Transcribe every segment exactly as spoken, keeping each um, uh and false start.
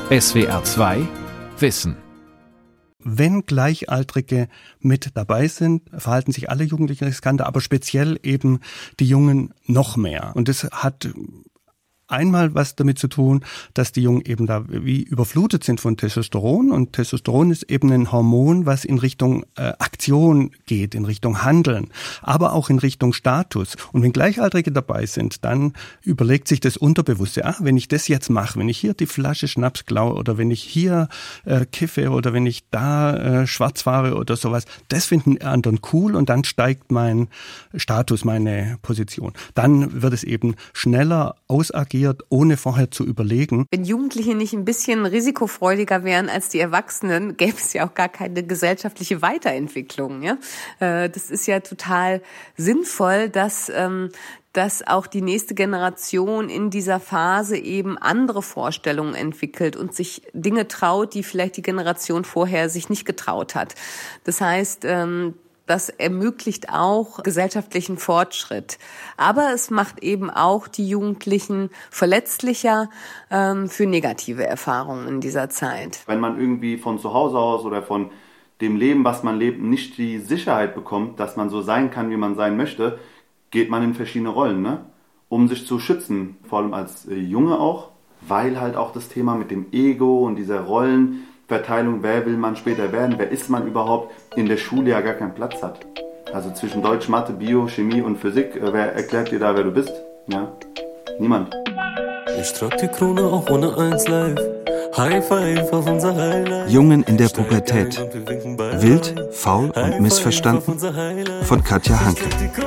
S W R zwei Wissen. Wenn Gleichaltrige mit dabei sind, verhalten sich alle Jugendlichen riskanter, aber speziell eben die Jungen noch mehr. Und das hat einmal was damit zu tun, dass die Jungen eben da wie überflutet sind von Testosteron. Und Testosteron ist eben ein Hormon, was in Richtung äh, Aktion geht, in Richtung Handeln, aber auch in Richtung Status. Und wenn Gleichaltrige dabei sind, dann überlegt sich das Unterbewusste, ah, wenn ich das jetzt mache, wenn ich hier die Flasche Schnaps klaue oder wenn ich hier äh, kiffe oder wenn ich da äh, schwarz fahre oder sowas, das finden die anderen cool und dann steigt mein Status, meine Position. Dann wird es eben schneller ausagiert, ohne vorher zu überlegen. Wenn Jugendliche nicht ein bisschen risikofreudiger wären als die Erwachsenen, gäbe es ja auch gar keine gesellschaftliche Weiterentwicklung. Ja? Das ist ja total sinnvoll, dass, dass auch die nächste Generation in dieser Phase eben andere Vorstellungen entwickelt und sich Dinge traut, die vielleicht die Generation vorher sich nicht getraut hat. Das heißt, das ermöglicht auch gesellschaftlichen Fortschritt. Aber es macht eben auch die Jugendlichen verletzlicher ähm, für negative Erfahrungen in dieser Zeit. Wenn man irgendwie von zu Hause aus oder von dem Leben, was man lebt, nicht die Sicherheit bekommt, dass man so sein kann, wie man sein möchte, geht man in verschiedene Rollen, ne? Um sich zu schützen. Vor allem als äh, Junge auch, weil halt auch das Thema mit dem Ego und dieser Rollen Verteilung, wer will man später werden, wer ist man überhaupt, in der Schule ja gar keinen Platz hat. Also zwischen Deutsch, Mathe, Bio, Chemie und Physik, wer erklärt dir da, wer du bist? Ja, niemand. Ich trag die Krone auch ohne eins live. High five auf unser Highlight. Jungen in der Pubertät. Wild, faul und missverstanden von Katja Hanke.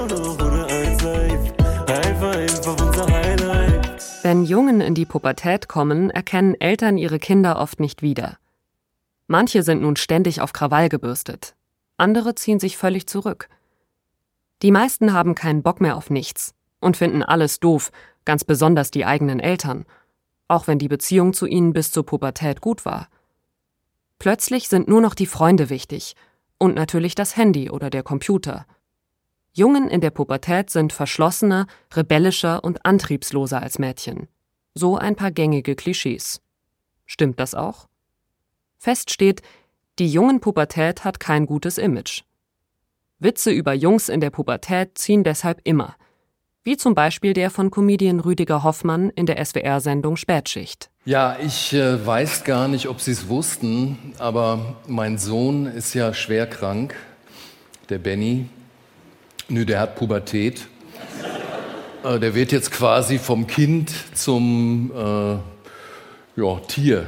Wenn Jungen in die Pubertät kommen, erkennen Eltern ihre Kinder oft nicht wieder. Manche sind nun ständig auf Krawall gebürstet. Andere ziehen sich völlig zurück. Die meisten haben keinen Bock mehr auf nichts und finden alles doof, ganz besonders die eigenen Eltern, auch wenn die Beziehung zu ihnen bis zur Pubertät gut war. Plötzlich sind nur noch die Freunde wichtig und natürlich das Handy oder der Computer. Jungen in der Pubertät sind verschlossener, rebellischer und antriebsloser als Mädchen. So ein paar gängige Klischees. Stimmt das auch? Fest steht, die Jungenpubertät hat kein gutes Image. Witze über Jungs in der Pubertät ziehen deshalb immer. Wie zum Beispiel der von Comedian Rüdiger Hoffmann in der S W R-Sendung Spätschicht. Ja, ich äh, weiß gar nicht, ob Sie es wussten, aber mein Sohn ist ja schwer krank, der Benny. Nö, der hat Pubertät. Äh, der wird jetzt quasi vom Kind zum äh, ja, Tier.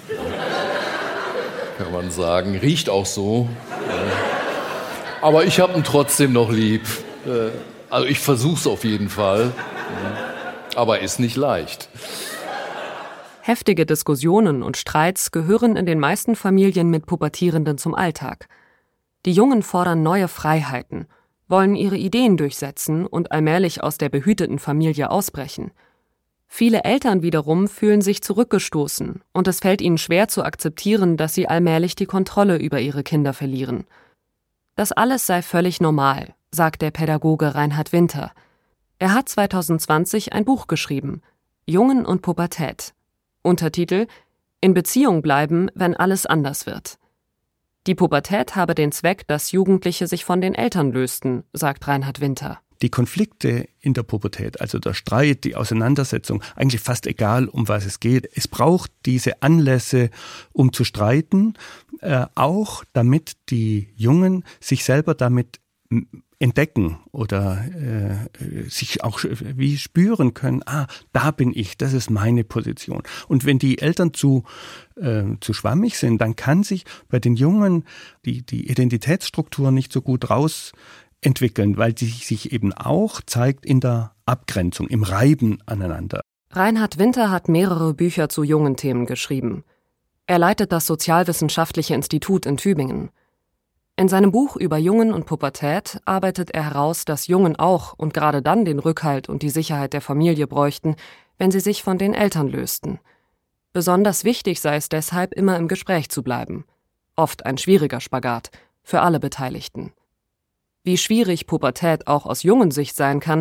Kann man sagen. Riecht auch so. Aber ich habe ihn trotzdem noch lieb. Also ich versuch's auf jeden Fall. Aber ist nicht leicht. Heftige Diskussionen und Streits gehören in den meisten Familien mit Pubertierenden zum Alltag. Die Jungen fordern neue Freiheiten, wollen ihre Ideen durchsetzen und allmählich aus der behüteten Familie ausbrechen. Viele Eltern wiederum fühlen sich zurückgestoßen und es fällt ihnen schwer zu akzeptieren, dass sie allmählich die Kontrolle über ihre Kinder verlieren. Das alles sei völlig normal, sagt der Pädagoge Reinhard Winter. Er hat zwanzig zwanzig ein Buch geschrieben, Jungen und Pubertät. Untertitel: In Beziehung bleiben, wenn alles anders wird. Die Pubertät habe den Zweck, dass Jugendliche sich von den Eltern lösten, sagt Reinhard Winter. Die Konflikte in der Pubertät, also der Streit, die Auseinandersetzung, eigentlich fast egal, um was es geht. Es braucht diese Anlässe, um zu streiten, äh, auch damit die Jungen sich selber damit entdecken oder äh, sich auch wie spüren können, ah, da bin ich, das ist meine Position. Und wenn die Eltern zu, äh, zu schwammig sind, dann kann sich bei den Jungen die, die Identitätsstruktur nicht so gut raus entwickeln, weil sie sich eben auch zeigt in der Abgrenzung, im Reiben aneinander. Reinhard Winter hat mehrere Bücher zu jungen Themen geschrieben. Er leitet das Sozialwissenschaftliche Institut in Tübingen. In seinem Buch über Jungen und Pubertät arbeitet er heraus, dass Jungen auch und gerade dann den Rückhalt und die Sicherheit der Familie bräuchten, wenn sie sich von den Eltern lösten. Besonders wichtig sei es deshalb, immer im Gespräch zu bleiben. Oft ein schwieriger Spagat für alle Beteiligten. Wie schwierig Pubertät auch aus Jungensicht sein kann,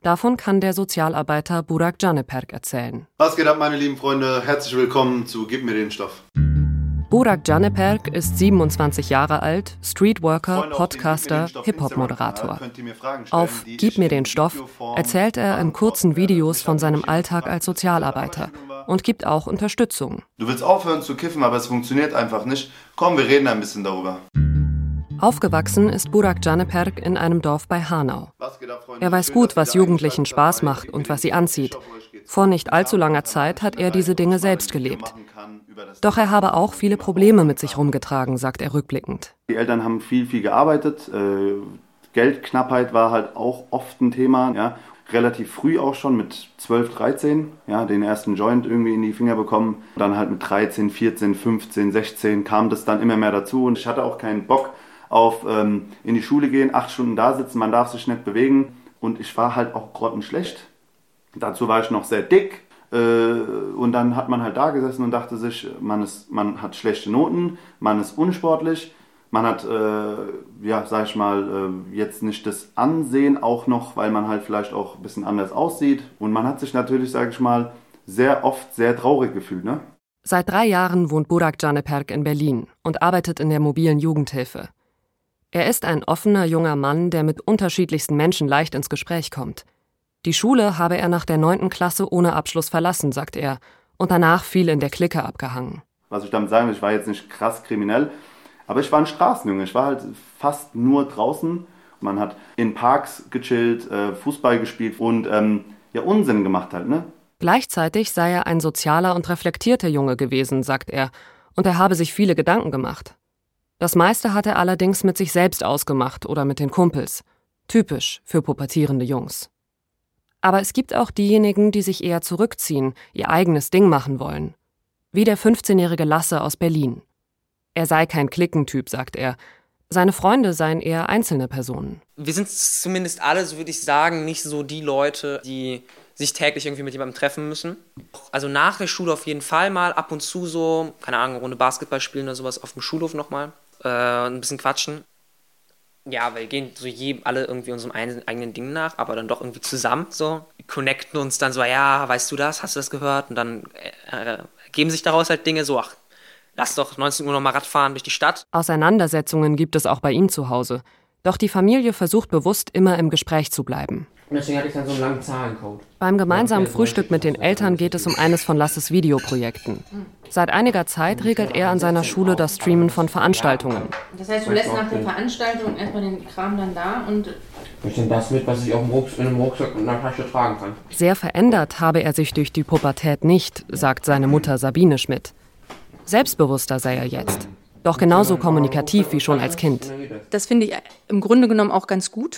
Davon kann der Sozialarbeiter Burak Caneperk erzählen. Was geht ab, meine lieben Freunde? Herzlich willkommen zu Gib mir den Stoff. Burak Caneperk ist siebenundzwanzig Jahre alt, Streetworker, Freunde, Podcaster, auf Hip-Hop-Moderator. könnt ihr mir Fragen stellen, Auf die Gib ich mir in den Stoff Videoform erzählt er in kurzen beantworten werde. Videos Ich von habe seinem verschiedene Alltag Fragen, als die Sozialarbeiter beantworten war. und gibt auch Unterstützung. Du willst aufhören zu kiffen, aber es funktioniert einfach nicht. Komm, wir reden ein bisschen darüber. Aufgewachsen ist Burak Caneperk in einem Dorf bei Hanau. Was geht ab, Freunde? Er weiß Schön, gut, dass ihr was da Jugendlichen eingeschaltet Spaß habt. macht Gib und mir was sie den anzieht. Stoff. Ich hoffe, euch geht's Vor nicht allzu langer Zeit hat er diese Dinge selbst gelebt. Doch er habe auch viele Probleme mit sich rumgetragen, sagt er rückblickend. Die Eltern haben viel, viel gearbeitet. Äh, Geldknappheit war halt auch oft ein Thema. Ja. Relativ früh auch schon, mit zwölf, dreizehn, ja, den ersten Joint irgendwie in die Finger bekommen. Dann halt mit dreizehn, vierzehn, fünfzehn, sechzehn kam das dann immer mehr dazu. Und ich hatte auch keinen Bock auf ähm, in die Schule gehen, acht Stunden da sitzen, man darf sich nicht bewegen. Und ich war halt auch grottenschlecht. Dazu war ich noch sehr dick. Äh, und dann hat man halt da gesessen und dachte sich, man, ist, man hat schlechte Noten, man ist unsportlich. Man hat, äh, ja, sag ich mal, äh, jetzt nicht das Ansehen auch noch, weil man halt vielleicht auch ein bisschen anders aussieht. Und man hat sich natürlich, sag ich mal, sehr oft sehr traurig gefühlt, ne? Seit drei Jahren wohnt Burak Caneperk in Berlin und arbeitet in der mobilen Jugendhilfe. Er ist ein offener junger Mann, der mit unterschiedlichsten Menschen leicht ins Gespräch kommt. Die Schule habe er nach der neunten Klasse ohne Abschluss verlassen, sagt er, und danach viel in der Clique abgehangen. Was ich damit sagen will, ich war jetzt nicht krass kriminell, aber ich war ein Straßenjunge. Ich war halt fast nur draußen. Man hat in Parks gechillt, äh, Fußball gespielt und ähm, ja, Unsinn gemacht halt, ne? Gleichzeitig sei er ein sozialer und reflektierter Junge gewesen, sagt er, und er habe sich viele Gedanken gemacht. Das meiste hat er allerdings mit sich selbst ausgemacht oder mit den Kumpels. Typisch für pubertierende Jungs. Aber es gibt auch diejenigen, die sich eher zurückziehen, ihr eigenes Ding machen wollen. Wie der fünfzehnjährige Lasse aus Berlin. Er sei kein Cliquentyp, sagt er. Seine Freunde seien eher einzelne Personen. Wir sind zumindest alle, so würde ich sagen, nicht so die Leute, die sich täglich irgendwie mit jemandem treffen müssen. Also nach der Schule auf jeden Fall mal, ab und zu so, keine Ahnung, eine Runde Basketball spielen oder sowas auf dem Schulhof nochmal. Äh, ein bisschen quatschen. Ja, wir gehen so je, alle irgendwie unserem eigenen Ding nach, aber dann doch irgendwie zusammen so. Wir connecten uns dann so, ja, weißt du das, hast du das gehört? Und dann äh, ergeben sich daraus halt Dinge so, ach, lass doch neunzehn Uhr noch mal Rad fahren durch die Stadt. Auseinandersetzungen gibt es auch bei ihm zu Hause. Doch die Familie versucht bewusst, immer im Gespräch zu bleiben. Und deswegen hatte ich dann so einen langen Zahlencode. Beim gemeinsamen Frühstück mit den Eltern geht es um eines von Lasses Videoprojekten. Seit einiger Zeit regelt er an seiner Schule das Streamen von Veranstaltungen. Das heißt, du lässt nach der Veranstaltung erstmal den Kram dann da und... Ich nehme das mit, was ich auf dem Rucksack, in einem Rucksack und in einer Tasche tragen kann. Sehr verändert habe er sich durch die Pubertät nicht, sagt seine Mutter Sabine Schmidt. Selbstbewusster sei er jetzt, doch genauso kommunikativ wie schon als Kind. Das finde ich im Grunde genommen auch ganz gut,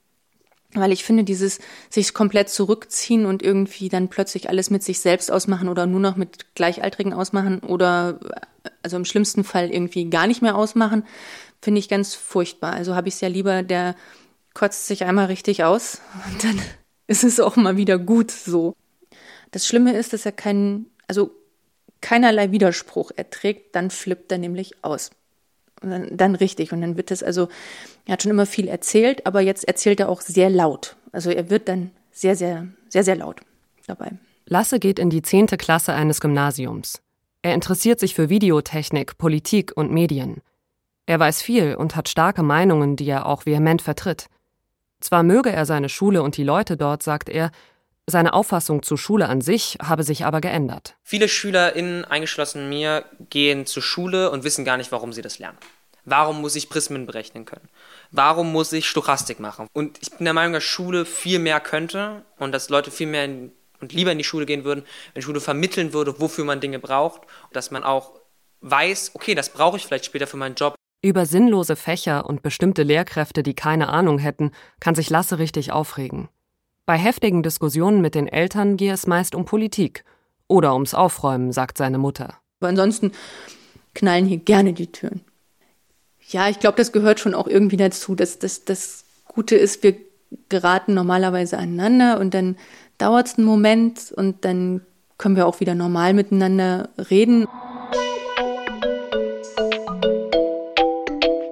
weil ich finde, dieses sich komplett zurückziehen und irgendwie dann plötzlich alles mit sich selbst ausmachen oder nur noch mit Gleichaltrigen ausmachen oder also im schlimmsten Fall irgendwie gar nicht mehr ausmachen, finde ich ganz furchtbar. Also habe ich es ja lieber, der kotzt sich einmal richtig aus und dann ist es auch mal wieder gut so. Das Schlimme ist, dass er keinen, also keinerlei Widerspruch erträgt, dann flippt er nämlich aus. Und dann, dann richtig. Und dann wird es also, er hat schon immer viel erzählt, aber jetzt erzählt er auch sehr laut. Also er wird dann sehr, sehr, sehr, sehr laut dabei. Lasse geht in die zehnte Klasse eines Gymnasiums. Er interessiert sich für Videotechnik, Politik und Medien. Er weiß viel und hat starke Meinungen, die er auch vehement vertritt. Zwar möge er seine Schule und die Leute dort, sagt er, seine Auffassung zur Schule an sich habe sich aber geändert. Viele SchülerInnen, eingeschlossen mir, gehen zur Schule und wissen gar nicht, warum sie das lernen. Warum muss ich Prismen berechnen können? Warum muss ich Stochastik machen? Und ich bin der Meinung, dass Schule viel mehr könnte und dass Leute viel mehr in, und lieber in die Schule gehen würden, wenn Schule vermitteln würde, wofür man Dinge braucht. Dass man auch weiß, okay, das brauche ich vielleicht später für meinen Job. Über sinnlose Fächer und bestimmte Lehrkräfte, die keine Ahnung hätten, kann sich Lasse richtig aufregen. Bei heftigen Diskussionen mit den Eltern gehe es meist um Politik oder ums Aufräumen, sagt seine Mutter. Aber ansonsten knallen hier gerne die Türen. Ja, ich glaube, das gehört schon auch irgendwie dazu. Das, das, das Gute ist, wir geraten normalerweise aneinander und dann dauert es einen Moment und dann können wir auch wieder normal miteinander reden.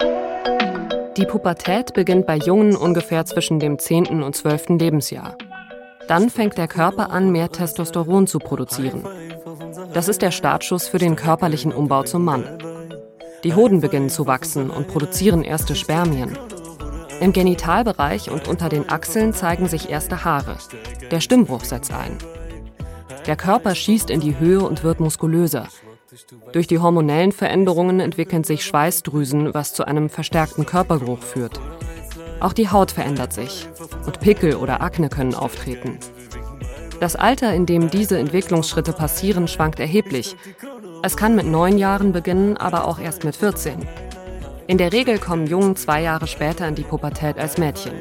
Die Pubertät beginnt bei Jungen ungefähr zwischen dem zehnten und zwölften Lebensjahr. Dann fängt der Körper an, mehr Testosteron zu produzieren. Das ist der Startschuss für den körperlichen Umbau zum Mann. Die Hoden beginnen zu wachsen und produzieren erste Spermien. Im Genitalbereich und unter den Achseln zeigen sich erste Haare. Der Stimmbruch setzt ein. Der Körper schießt in die Höhe und wird muskulöser. Durch die hormonellen Veränderungen entwickeln sich Schweißdrüsen, was zu einem verstärkten Körpergeruch führt. Auch die Haut verändert sich und Pickel oder Akne können auftreten. Das Alter, in dem diese Entwicklungsschritte passieren, schwankt erheblich. Es kann mit neun Jahren beginnen, aber auch erst mit vierzehn. In der Regel kommen Jungen zwei Jahre später in die Pubertät als Mädchen.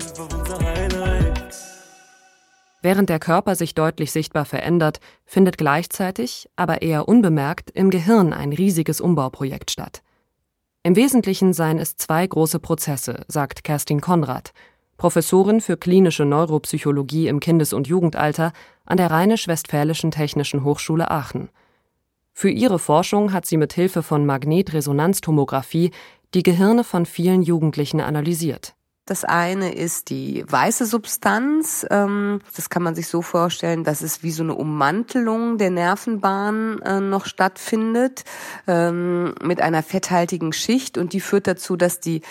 Während der Körper sich deutlich sichtbar verändert, findet gleichzeitig, aber eher unbemerkt, im Gehirn ein riesiges Umbauprojekt statt. Im Wesentlichen seien es zwei große Prozesse, sagt Kerstin Konrad, Professorin für klinische Neuropsychologie im Kindes- und Jugendalter an der Rheinisch-Westfälischen Technischen Hochschule Aachen. Für ihre Forschung hat sie mit Hilfe von Magnetresonanztomographie die Gehirne von vielen Jugendlichen analysiert. Das eine ist die weiße Substanz. Das kann man sich so vorstellen, dass es wie so eine Ummantelung der Nervenbahn noch stattfindet mit einer fetthaltigen Schicht, und die führt dazu, dass die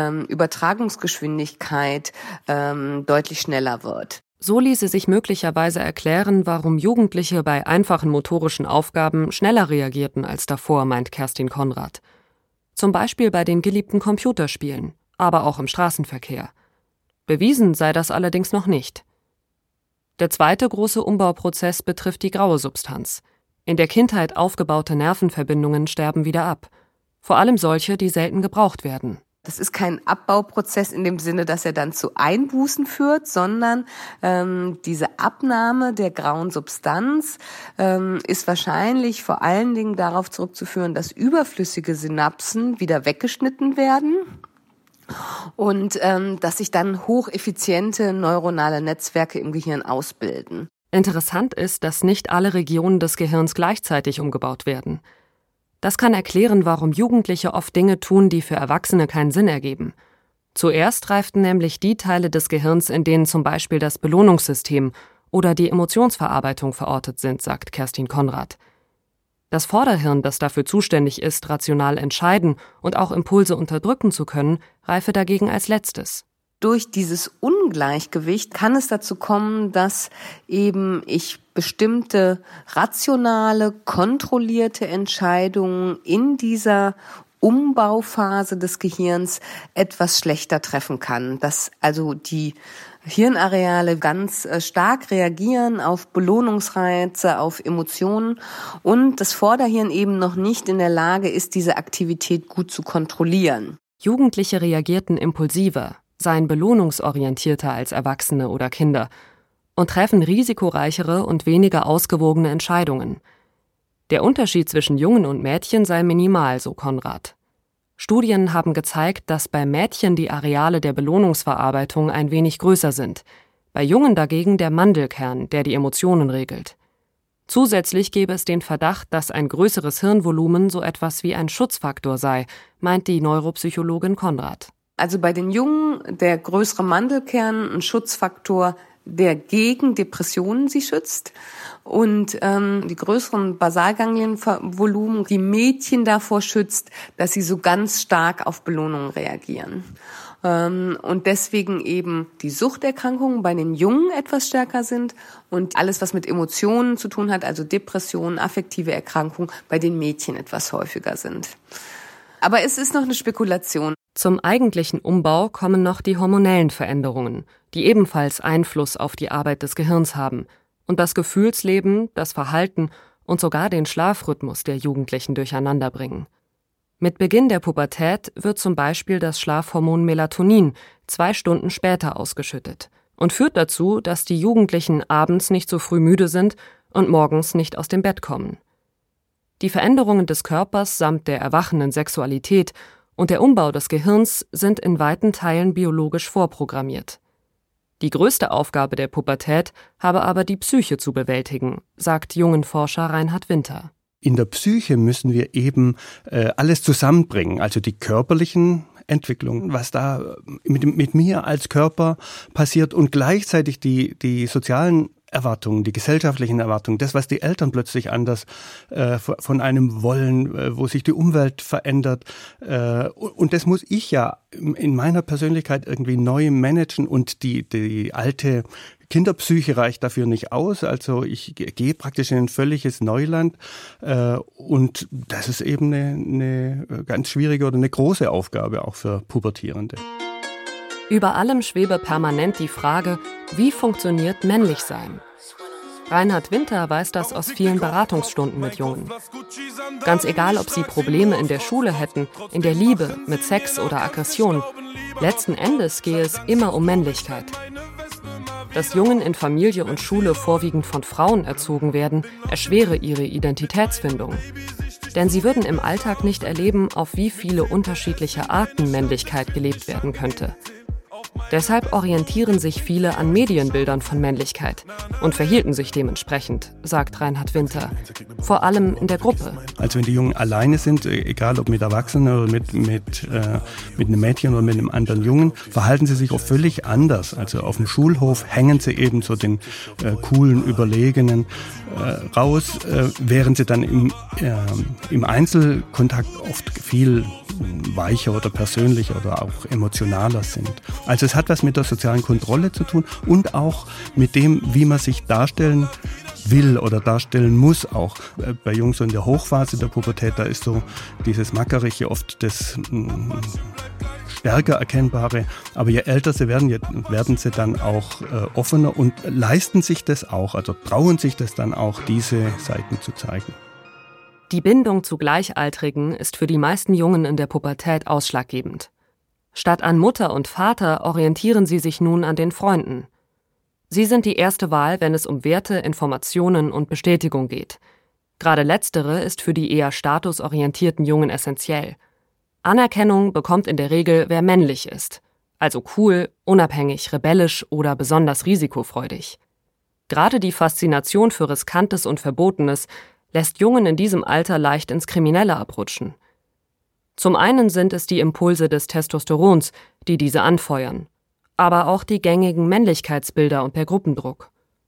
Übertragungsgeschwindigkeit deutlich schneller wird. So ließe sich möglicherweise erklären, warum Jugendliche bei einfachen motorischen Aufgaben schneller reagierten als davor, meint Kerstin Konrad. Zum Beispiel bei den geliebten Computerspielen, aber auch im Straßenverkehr. Bewiesen sei das allerdings noch nicht. Der zweite große Umbauprozess betrifft die graue Substanz. In der Kindheit aufgebaute Nervenverbindungen sterben wieder ab. Vor allem solche, die selten gebraucht werden. Das ist kein Abbauprozess in dem Sinne, dass er dann zu Einbußen führt, sondern ähm, diese Abnahme der grauen Substanz ähm, ist wahrscheinlich vor allen Dingen darauf zurückzuführen, dass überflüssige Synapsen wieder weggeschnitten werden und ähm, dass sich dann hocheffiziente neuronale Netzwerke im Gehirn ausbilden. Interessant ist, dass nicht alle Regionen des Gehirns gleichzeitig umgebaut werden. Das kann erklären, warum Jugendliche oft Dinge tun, die für Erwachsene keinen Sinn ergeben. Zuerst reiften nämlich die Teile des Gehirns, in denen zum Beispiel das Belohnungssystem oder die Emotionsverarbeitung verortet sind, sagt Kerstin Konrad. Das Vorderhirn, das dafür zuständig ist, rational entscheiden und auch Impulse unterdrücken zu können, reife dagegen als letztes. Durch dieses Ungleichgewicht kann es dazu kommen, dass eben ich bestimmte rationale, kontrollierte Entscheidungen in dieser Umbauphase des Gehirns etwas schlechter treffen kann. Dass also die Hirnareale ganz stark reagieren auf Belohnungsreize, auf Emotionen, und das Vorderhirn eben noch nicht in der Lage ist, diese Aktivität gut zu kontrollieren. Jugendliche reagierten impulsiver, seien belohnungsorientierter als Erwachsene oder Kinder und treffen risikoreichere und weniger ausgewogene Entscheidungen. Der Unterschied zwischen Jungen und Mädchen sei minimal, so Konrad. Studien haben gezeigt, dass bei Mädchen die Areale der Belohnungsverarbeitung ein wenig größer sind, bei Jungen dagegen der Mandelkern, der die Emotionen regelt. Zusätzlich gäbe es den Verdacht, dass ein größeres Hirnvolumen so etwas wie ein Schutzfaktor sei, meint die Neuropsychologin Konrad. Also bei den Jungen der größere Mandelkern ein Schutzfaktor, der gegen Depressionen sie schützt, und ähm, die größeren Basalganglienvolumen die Mädchen davor schützt, dass sie so ganz stark auf Belohnungen reagieren. Ähm, und deswegen eben die Suchterkrankungen bei den Jungen etwas stärker sind und alles, was mit Emotionen zu tun hat, also Depressionen, affektive Erkrankungen, bei den Mädchen etwas häufiger sind. Aber es ist noch eine Spekulation. Zum eigentlichen Umbau kommen noch die hormonellen Veränderungen, die ebenfalls Einfluss auf die Arbeit des Gehirns haben und das Gefühlsleben, das Verhalten und sogar den Schlafrhythmus der Jugendlichen durcheinander bringen. Mit Beginn der Pubertät wird zum Beispiel das Schlafhormon Melatonin zwei Stunden später ausgeschüttet und führt dazu, dass die Jugendlichen abends nicht so früh müde sind und morgens nicht aus dem Bett kommen. Die Veränderungen des Körpers samt der erwachenden Sexualität und der Umbau des Gehirns sind in weiten Teilen biologisch vorprogrammiert. Die größte Aufgabe der Pubertät habe aber die Psyche zu bewältigen, sagt Jungenforscher Reinhard Winter. In der Psyche müssen wir eben äh, alles zusammenbringen, also die körperlichen Entwicklungen, was da mit, mit mir als Körper passiert, und gleichzeitig die, die sozialen Erwartungen, die gesellschaftlichen Erwartungen, das, was die Eltern plötzlich anders äh, von einem wollen, äh, wo sich die Umwelt verändert. Äh, und das muss ich ja in meiner Persönlichkeit irgendwie neu managen und die, die alte Kinderpsyche reicht dafür nicht aus. Also ich gehe praktisch in ein völliges Neuland äh, und das ist eben eine, eine ganz schwierige oder eine große Aufgabe auch für Pubertierende. Über allem schwebe permanent die Frage, wie funktioniert Männlichsein? Reinhard Winter weiß das aus vielen Beratungsstunden mit Jungen. Ganz egal, ob sie Probleme in der Schule hätten, in der Liebe, mit Sex oder Aggression, letzten Endes gehe es immer um Männlichkeit. Dass Jungen in Familie und Schule vorwiegend von Frauen erzogen werden, erschwere ihre Identitätsfindung. Denn sie würden im Alltag nicht erleben, auf wie viele unterschiedliche Arten Männlichkeit gelebt werden könnte. Deshalb orientieren sich viele an Medienbildern von Männlichkeit und verhielten sich dementsprechend, sagt Reinhard Winter. Vor allem in der Gruppe. Also wenn die Jungen alleine sind, egal ob mit Erwachsenen oder mit, mit, äh, mit einem Mädchen oder mit einem anderen Jungen, verhalten sie sich auch völlig anders. Also auf dem Schulhof hängen sie eben so den äh, coolen, überlegenen äh, raus, äh, während sie dann im, äh, im Einzelkontakt oft viel weicher oder persönlicher oder auch emotionaler sind. Also es hat was mit der sozialen Kontrolle zu tun und auch mit dem, wie man sich darstellen will oder darstellen muss auch. Bei Jungs so in der Hochphase der Pubertät, da ist so dieses Mackerige oft das mh, stärker erkennbare. Aber je älter sie werden, werden sie dann auch äh, offener und leisten sich das auch, also trauen sich das dann auch, diese Seiten zu zeigen. Die Bindung zu Gleichaltrigen ist für die meisten Jungen in der Pubertät ausschlaggebend. Statt an Mutter und Vater orientieren sie sich nun an den Freunden. Sie sind die erste Wahl, wenn es um Werte, Informationen und Bestätigung geht. Gerade letztere ist für die eher statusorientierten Jungen essentiell. Anerkennung bekommt in der Regel, wer männlich ist. Also cool, unabhängig, rebellisch oder besonders risikofreudig. Gerade die Faszination für Riskantes und Verbotenes lässt Jungen in diesem Alter leicht ins Kriminelle abrutschen. Zum einen sind es die Impulse des Testosterons, die diese anfeuern, aber auch die gängigen Männlichkeitsbilder und der Gruppendruck.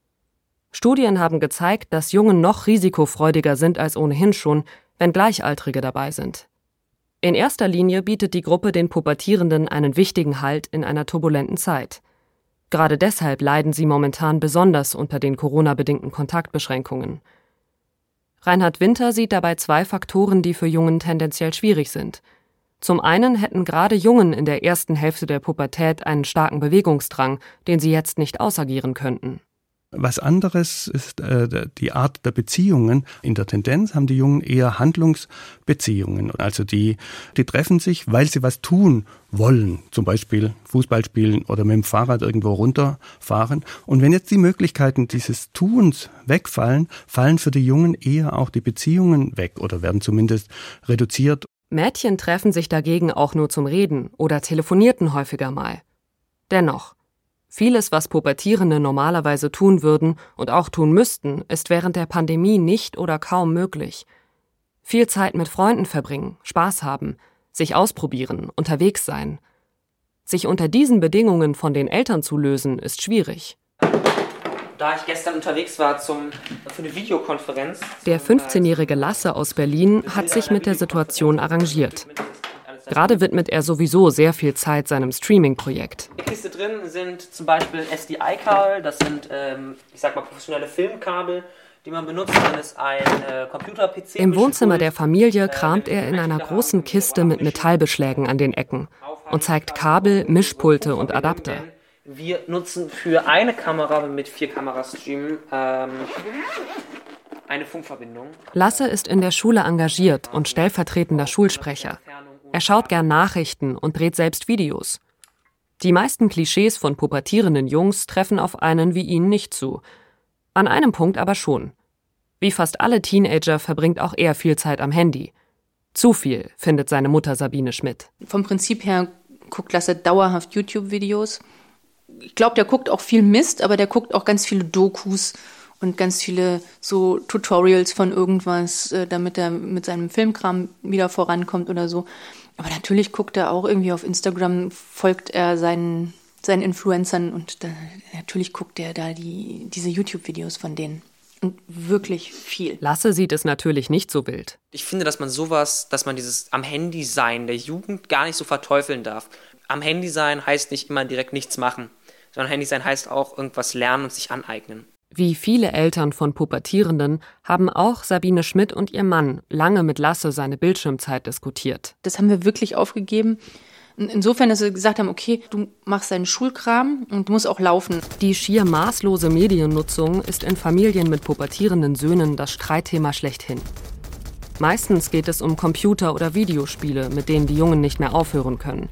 Studien haben gezeigt, dass Jungen noch risikofreudiger sind als ohnehin schon, wenn Gleichaltrige dabei sind. In erster Linie bietet die Gruppe den Pubertierenden einen wichtigen Halt in einer turbulenten Zeit. Gerade deshalb leiden sie momentan besonders unter den Corona-bedingten Kontaktbeschränkungen. Reinhard Winter sieht dabei zwei Faktoren, die für Jungen tendenziell schwierig sind. Zum einen hätten gerade Jungen in der ersten Hälfte der Pubertät einen starken Bewegungsdrang, den sie jetzt nicht ausagieren könnten. Was anderes ist äh, die Art der Beziehungen. In der Tendenz haben die Jungen eher Handlungsbeziehungen. Also die, die treffen sich, weil sie was tun wollen. Zum Beispiel Fußball spielen oder mit dem Fahrrad irgendwo runterfahren. Und wenn jetzt die Möglichkeiten dieses Tuns wegfallen, fallen für die Jungen eher auch die Beziehungen weg oder werden zumindest reduziert. Mädchen treffen sich dagegen auch nur zum Reden oder telefonierten häufiger mal. Dennoch, vieles, was Pubertierende normalerweise tun würden und auch tun müssten, ist während der Pandemie nicht oder kaum möglich. Viel Zeit mit Freunden verbringen, Spaß haben, sich ausprobieren, unterwegs sein. Sich unter diesen Bedingungen von den Eltern zu lösen, ist schwierig. Da ich gestern unterwegs war zum, für eine Videokonferenz. Der fünfzehnjährige Lasse aus Berlin hat sich mit der Situation arrangiert. Gerade widmet er sowieso sehr viel Zeit seinem Streaming-Projekt. In der Kiste drin sind zum Beispiel S D I-Kabel, das sind, ähm, ich sag mal, professionelle Filmkabel, die man benutzt, wenn es ein äh, Computer-P C... Im Wohnzimmer der Familie kramt er in einer großen Kiste mit Metallbeschlägen an den Ecken und zeigt Kabel, Mischpulte und Adapter. Wir nutzen für eine Kamera, wenn wir mit vier Kameras streamen, ähm, eine Funkverbindung. Lasse ist in der Schule engagiert und stellvertretender Schulsprecher. Er schaut gern Nachrichten und dreht selbst Videos. Die meisten Klischees von pubertierenden Jungs treffen auf einen wie ihn nicht zu. An einem Punkt aber schon. Wie fast alle Teenager verbringt auch er viel Zeit am Handy. Zu viel, findet seine Mutter Sabine Schmidt. Vom Prinzip her guckt Lasse dauerhaft YouTube-Videos. Ich glaube, der guckt auch viel Mist, aber der guckt auch ganz viele Dokus und ganz viele so Tutorials von irgendwas, damit er mit seinem Filmkram wieder vorankommt oder so. Aber natürlich guckt er auch irgendwie auf Instagram, folgt er seinen seinen Influencern und da, natürlich guckt er da die, diese YouTube-Videos von denen. Und wirklich viel. Lasse sieht es natürlich nicht so wild. Ich finde, dass man sowas, dass man dieses am Handy sein der Jugend gar nicht so verteufeln darf. Am Handy sein heißt nicht immer direkt nichts machen, sondern Handy sein heißt auch irgendwas lernen und sich aneignen. Wie viele Eltern von Pubertierenden haben auch Sabine Schmidt und ihr Mann lange mit Lasse seine Bildschirmzeit diskutiert. Das haben wir wirklich aufgegeben. Insofern, dass wir gesagt haben, okay, du machst deinen Schulkram und du musst auch laufen. Die schier maßlose Mediennutzung ist in Familien mit pubertierenden Söhnen das Streitthema schlechthin. Meistens geht es um Computer- oder Videospiele, mit denen die Jungen nicht mehr aufhören können.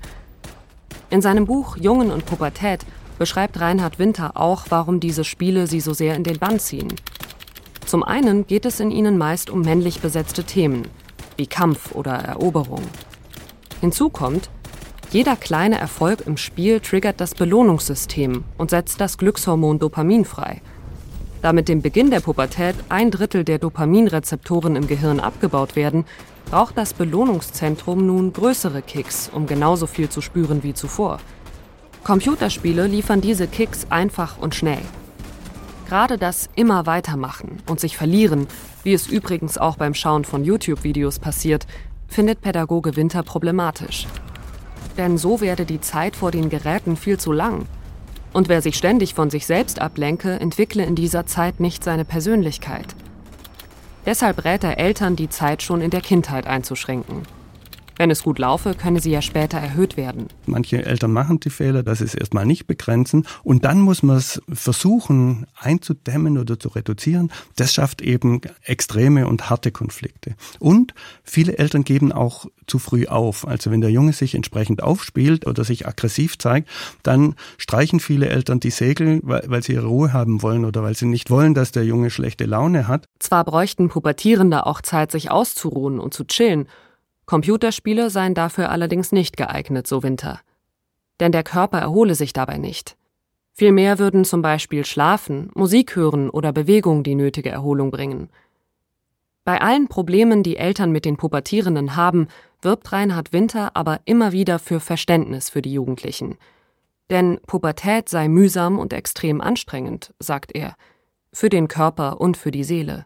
In seinem Buch Jungen und Pubertät beschreibt Reinhard Winter auch, warum diese Spiele sie so sehr in den Bann ziehen. Zum einen geht es in ihnen meist um männlich besetzte Themen, wie Kampf oder Eroberung. Hinzu kommt, jeder kleine Erfolg im Spiel triggert das Belohnungssystem und setzt das Glückshormon Dopamin frei. Da mit dem Beginn der Pubertät ein Drittel der Dopaminrezeptoren im Gehirn abgebaut werden, braucht das Belohnungszentrum nun größere Kicks, um genauso viel zu spüren wie zuvor. Computerspiele liefern diese Kicks einfach und schnell. Gerade das immer weitermachen und sich verlieren, wie es übrigens auch beim Schauen von YouTube-Videos passiert, findet Pädagoge Winter problematisch. Denn so werde die Zeit vor den Geräten viel zu lang. Und wer sich ständig von sich selbst ablenke, entwickle in dieser Zeit nicht seine Persönlichkeit. Deshalb rät er Eltern, die Zeit schon in der Kindheit einzuschränken. Wenn es gut laufe, könne sie ja später erhöht werden. Manche Eltern machen die Fehler, dass sie es erstmal nicht begrenzen und dann muss man es versuchen einzudämmen oder zu reduzieren. Das schafft eben extreme und harte Konflikte. Und viele Eltern geben auch zu früh auf. Also wenn der Junge sich entsprechend aufspielt oder sich aggressiv zeigt, dann streichen viele Eltern die Segel, weil, weil sie ihre Ruhe haben wollen oder weil sie nicht wollen, dass der Junge schlechte Laune hat. Zwar bräuchten Pubertierende auch Zeit, sich auszuruhen und zu chillen. Computerspiele seien dafür allerdings nicht geeignet, so Winter. Denn der Körper erhole sich dabei nicht. Vielmehr würden zum Beispiel Schlafen, Musik hören oder Bewegung die nötige Erholung bringen. Bei allen Problemen, die Eltern mit den Pubertierenden haben, wirbt Reinhard Winter aber immer wieder für Verständnis für die Jugendlichen. Denn Pubertät sei mühsam und extrem anstrengend, sagt er, für den Körper und für die Seele.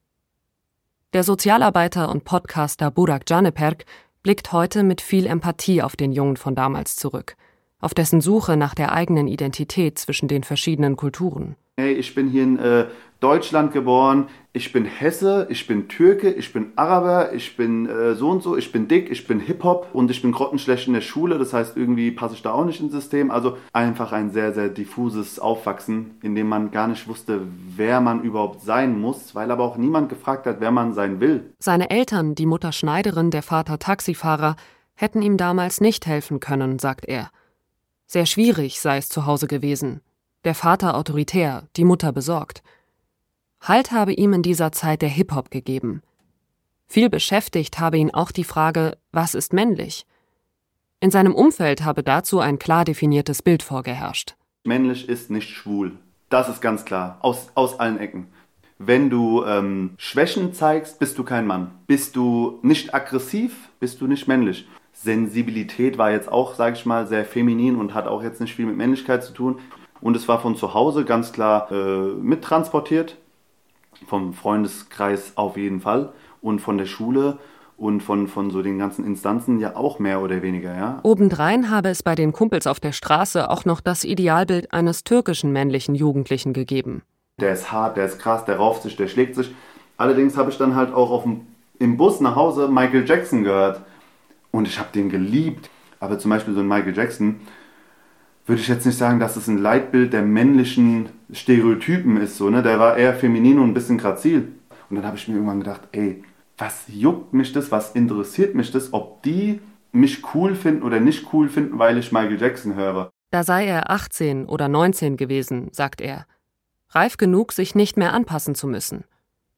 Der Sozialarbeiter und Podcaster Burak Caneperk blickt heute mit viel Empathie auf den Jungen von damals zurück, auf dessen Suche nach der eigenen Identität zwischen den verschiedenen Kulturen. Hey, ich bin hier in äh, Deutschland geboren, ich bin Hesse, ich bin Türke, ich bin Araber, ich bin äh, so und so, ich bin dick, ich bin Hip-Hop und ich bin grottenschlecht in der Schule, das heißt, irgendwie passe ich da auch nicht ins System. Also einfach ein sehr, sehr diffuses Aufwachsen, in dem man gar nicht wusste, wer man überhaupt sein muss, weil aber auch niemand gefragt hat, wer man sein will. Seine Eltern, die Mutter Schneiderin, der Vater Taxifahrer, hätten ihm damals nicht helfen können, sagt er. Sehr schwierig sei es zu Hause gewesen. Der Vater autoritär, die Mutter besorgt. Halt habe ihm in dieser Zeit der Hip-Hop gegeben. Viel beschäftigt habe ihn auch die Frage, was ist männlich? In seinem Umfeld habe dazu ein klar definiertes Bild vorgeherrscht. Männlich ist nicht schwul. Das ist ganz klar, aus, aus allen Ecken. Wenn du ähm, Schwächen zeigst, bist du kein Mann. Bist du nicht aggressiv, bist du nicht männlich. Sensibilität war jetzt auch, sage ich mal, sehr feminin und hat auch jetzt nicht viel mit Männlichkeit zu tun. Und es war von zu Hause ganz klar äh, mittransportiert, vom Freundeskreis auf jeden Fall und von der Schule und von, von so den ganzen Instanzen ja auch mehr oder weniger, ja. Obendrein habe es bei den Kumpels auf der Straße auch noch das Idealbild eines türkischen männlichen Jugendlichen gegeben. Der ist hart, der ist krass, der rauft sich, der schlägt sich. Allerdings habe ich dann halt auch auf dem, im Bus nach Hause Michael Jackson gehört und ich habe den geliebt. Aber zum Beispiel so ein Michael Jackson würde ich jetzt nicht sagen, dass es ein Leitbild der männlichen Stereotypen ist. So, ne? Der war eher feminin und ein bisschen grazil. Und dann habe ich mir irgendwann gedacht, ey, was juckt mich das, was interessiert mich das, ob die mich cool finden oder nicht cool finden, weil ich Michael Jackson höre. Da sei er achtzehn oder neunzehn gewesen, sagt er. Reif genug, sich nicht mehr anpassen zu müssen.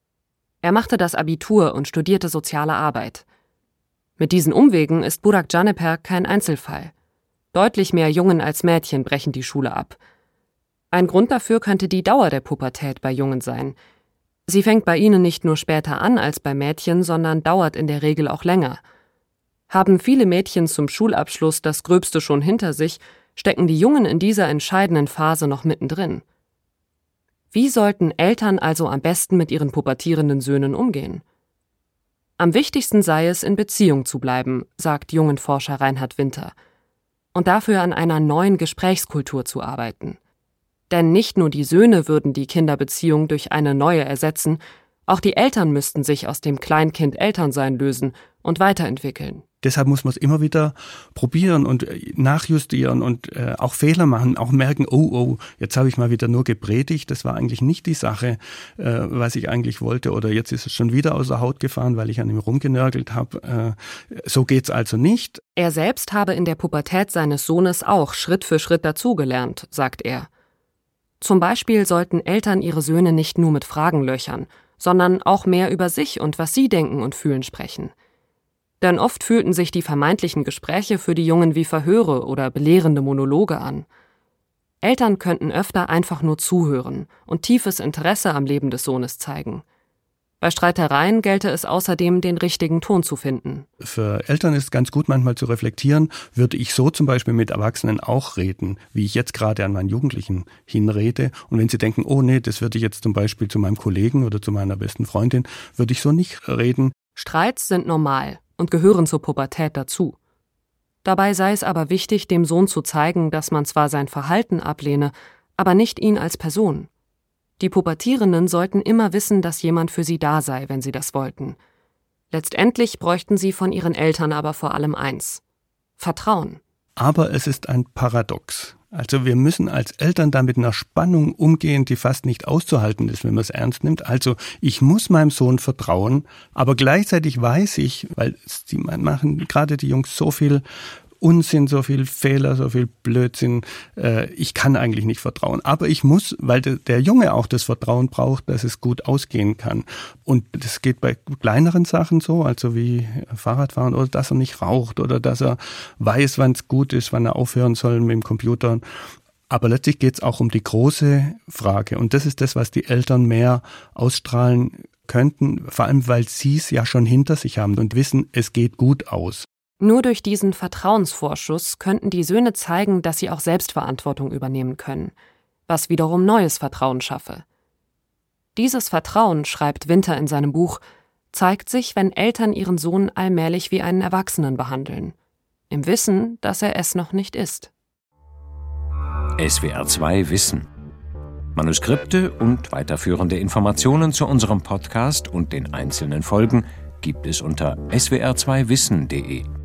Er machte das Abitur und studierte soziale Arbeit. Mit diesen Umwegen ist Burak Caneperk kein Einzelfall. Deutlich mehr Jungen als Mädchen brechen die Schule ab. Ein Grund dafür könnte die Dauer der Pubertät bei Jungen sein. Sie fängt bei ihnen nicht nur später an als bei Mädchen, sondern dauert in der Regel auch länger. Haben viele Mädchen zum Schulabschluss das Gröbste schon hinter sich, stecken die Jungen in dieser entscheidenden Phase noch mittendrin. Wie sollten Eltern also am besten mit ihren pubertierenden Söhnen umgehen? Am wichtigsten sei es, in Beziehung zu bleiben, sagt Jungenforscher Reinhard Winter, und dafür an einer neuen Gesprächskultur zu arbeiten. Denn nicht nur die Söhne würden die Kinderbeziehung durch eine neue ersetzen, auch die Eltern müssten sich aus dem Kleinkind-Elternsein lösen und weiterentwickeln. Deshalb muss man es immer wieder probieren und nachjustieren und äh, auch Fehler machen, auch merken, oh, oh, jetzt habe ich mal wieder nur gepredigt, das war eigentlich nicht die Sache, äh, was ich eigentlich wollte, oder jetzt ist es schon wieder aus der Haut gefahren, weil ich an ihm rumgenörgelt habe. Äh, so geht's also nicht. Er selbst habe in der Pubertät seines Sohnes auch Schritt für Schritt dazugelernt, sagt er. Zum Beispiel sollten Eltern ihre Söhne nicht nur mit Fragen löchern, sondern auch mehr über sich und was sie denken und fühlen sprechen. Denn oft fühlten sich die vermeintlichen Gespräche für die Jungen wie Verhöre oder belehrende Monologe an. Eltern könnten öfter einfach nur zuhören und tiefes Interesse am Leben des Sohnes zeigen. Bei Streitereien gelte es außerdem, den richtigen Ton zu finden. Für Eltern ist es ganz gut, manchmal zu reflektieren, würde ich so zum Beispiel mit Erwachsenen auch reden, wie ich jetzt gerade an meinen Jugendlichen hinrede. Und wenn sie denken, oh nee, das würde ich jetzt zum Beispiel zu meinem Kollegen oder zu meiner besten Freundin, würde ich so nicht reden. Streits sind normal und gehören zur Pubertät dazu. Dabei sei es aber wichtig, dem Sohn zu zeigen, dass man zwar sein Verhalten ablehne, aber nicht ihn als Person. Die Pubertierenden sollten immer wissen, dass jemand für sie da sei, wenn sie das wollten. Letztendlich bräuchten sie von ihren Eltern aber vor allem eins: Vertrauen. Aber es ist ein Paradox. Also wir müssen als Eltern da mit einer Spannung umgehen, die fast nicht auszuhalten ist, wenn man es ernst nimmt. Also ich muss meinem Sohn vertrauen, aber gleichzeitig weiß ich, weil sie machen gerade die Jungs so viel Unsinn, so viel Fehler, so viel Blödsinn. Äh, ich kann eigentlich nicht vertrauen. Aber ich muss, weil de, der Junge auch das Vertrauen braucht, dass es gut ausgehen kann. Und das geht bei kleineren Sachen so, also wie Fahrradfahren oder dass er nicht raucht oder dass er weiß, wann es gut ist, wann er aufhören soll mit dem Computer. Aber letztlich geht es auch um die große Frage. Und das ist das, was die Eltern mehr ausstrahlen könnten, vor allem weil sie es ja schon hinter sich haben und wissen, es geht gut aus. Nur durch diesen Vertrauensvorschuss könnten die Söhne zeigen, dass sie auch Selbstverantwortung übernehmen können, was wiederum neues Vertrauen schaffe. Dieses Vertrauen, schreibt Winter in seinem Buch, zeigt sich, wenn Eltern ihren Sohn allmählich wie einen Erwachsenen behandeln, im Wissen, dass er es noch nicht ist. S W R zwei Wissen. Manuskripte und weiterführende Informationen zu unserem Podcast und den einzelnen Folgen gibt es unter s w r zwei wissen punkt de.